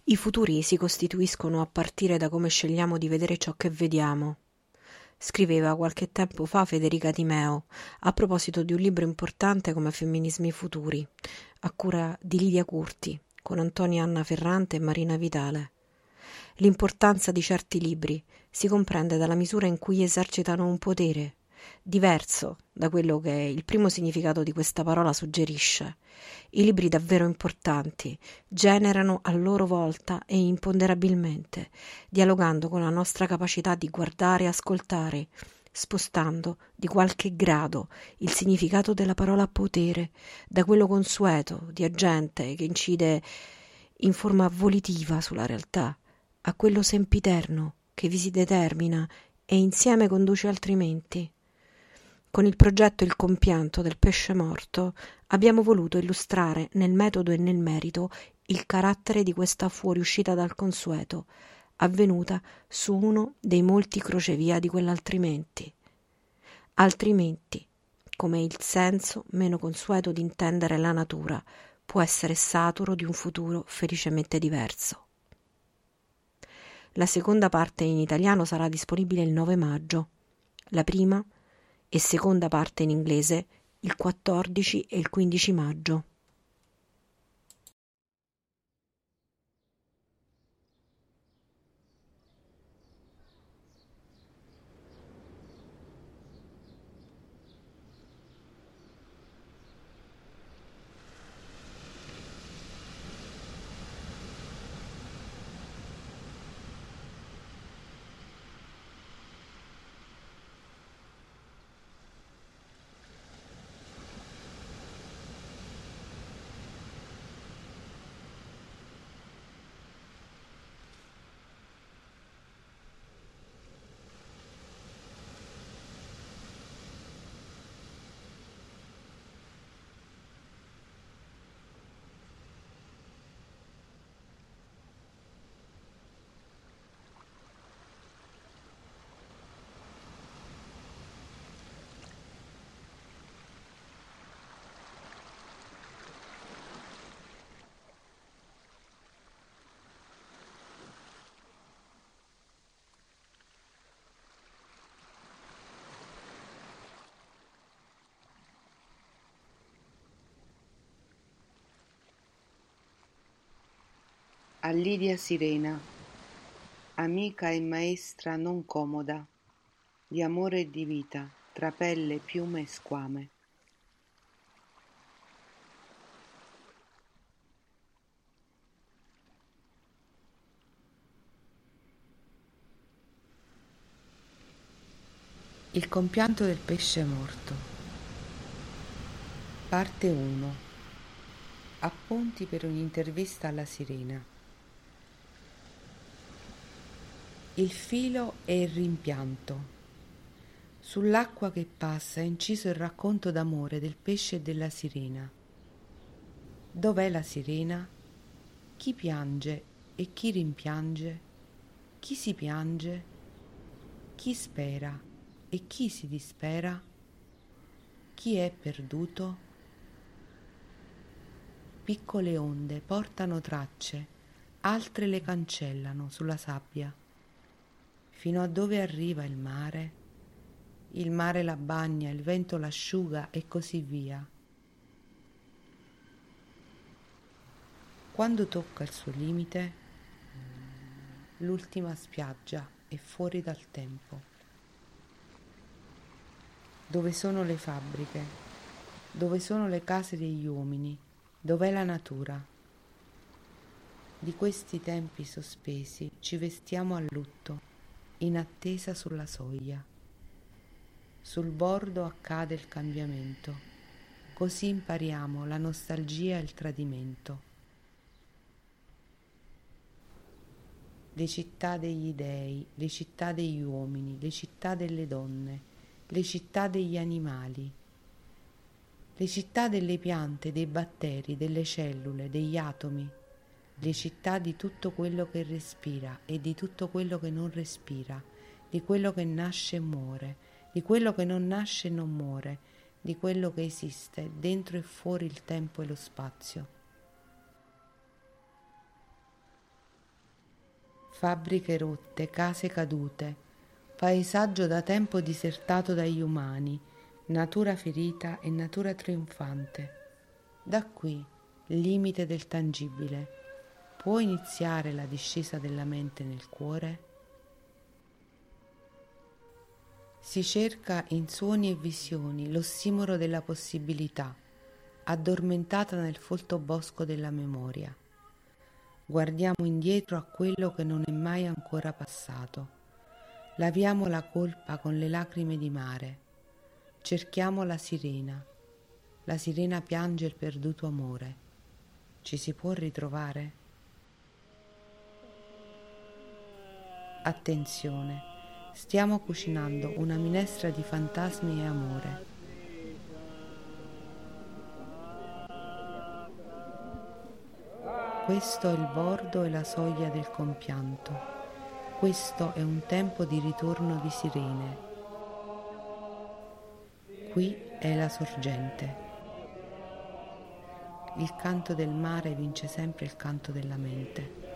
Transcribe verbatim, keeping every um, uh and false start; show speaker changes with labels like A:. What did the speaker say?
A: I futuri si costituiscono a partire da come scegliamo di vedere ciò che vediamo, scriveva qualche tempo fa Federica Di Meo a proposito di un libro importante come Femminismi futuri, a cura di Lidia Curti, con Antonia Anna Ferrante e Marina Vitale. L'importanza di certi libri si comprende dalla misura in cui esercitano un potere, diverso da quello che il primo significato di questa parola suggerisce. I libri davvero importanti generano a loro volta e imponderabilmente, dialogando con la nostra capacità di guardare e ascoltare, spostando di qualche grado il significato della parola potere da quello consueto, di agente che incide in forma volitiva sulla realtà, a quello sempiterno che vi si determina e insieme conduce altrimenti. Con il progetto Il compianto del pesce morto abbiamo voluto illustrare nel metodo e nel merito il carattere di questa fuoriuscita dal consueto, avvenuta su uno dei molti crocevia di quell'altrimenti. Altrimenti, come il senso meno consueto di intendere la natura, può essere saturo di un futuro felicemente diverso. La seconda parte in italiano sarà disponibile il nove maggio, la prima e seconda parte in inglese il quattordici e il quindici maggio.
B: A Lidia Sirena, amica e maestra non comoda, di amore e di vita, tra pelle, piume e squame. Il compianto del pesce morto. Parte uno. Appunti per un'intervista alla sirena. Il filo e il rimpianto. Sull'acqua che passa è inciso il racconto d'amore del pesce e della sirena. Dov'è la sirena? Chi piange e chi rimpiange? Chi si piange? Chi spera e chi si dispera? Chi è perduto? Piccole onde portano tracce, altre le cancellano sulla sabbia. Fino a dove arriva il mare? Il mare la bagna, il vento l'asciuga e così via. Quando tocca il suo limite, l'ultima spiaggia è fuori dal tempo. Dove sono le fabbriche? Dove sono le case degli uomini? Dov'è la natura? Di questi tempi sospesi ci vestiamo a lutto, in attesa sulla soglia. Sul bordo accade il cambiamento, così impariamo la nostalgia e il tradimento. Le città degli dei, le città degli uomini, le città delle donne, le città degli animali, le città delle piante, dei batteri, delle cellule, degli atomi, le città di tutto quello che respira e di tutto quello che non respira, di quello che nasce e muore, di quello che non nasce e non muore, di quello che esiste dentro e fuori il tempo e lo spazio. fabbriche rotte, case cadute, paesaggio da tempo disertato dagli umani, natura ferita e natura trionfante. Da qui, limite del tangibile, può iniziare la discesa della mente nel cuore? Si cerca in suoni e visioni l'ossimoro della possibilità, addormentata nel folto bosco della memoria. Guardiamo indietro a quello che non è mai ancora passato. Laviamo la colpa con le lacrime di mare. Cerchiamo la sirena. La sirena piange il perduto amore. Ci si può ritrovare? Attenzione, stiamo cucinando una minestra di fantasmi e amore. Questo è il bordo e la soglia del compianto. Questo è un tempo di ritorno di sirene. Qui è la sorgente. Il canto del mare vince sempre il canto della mente.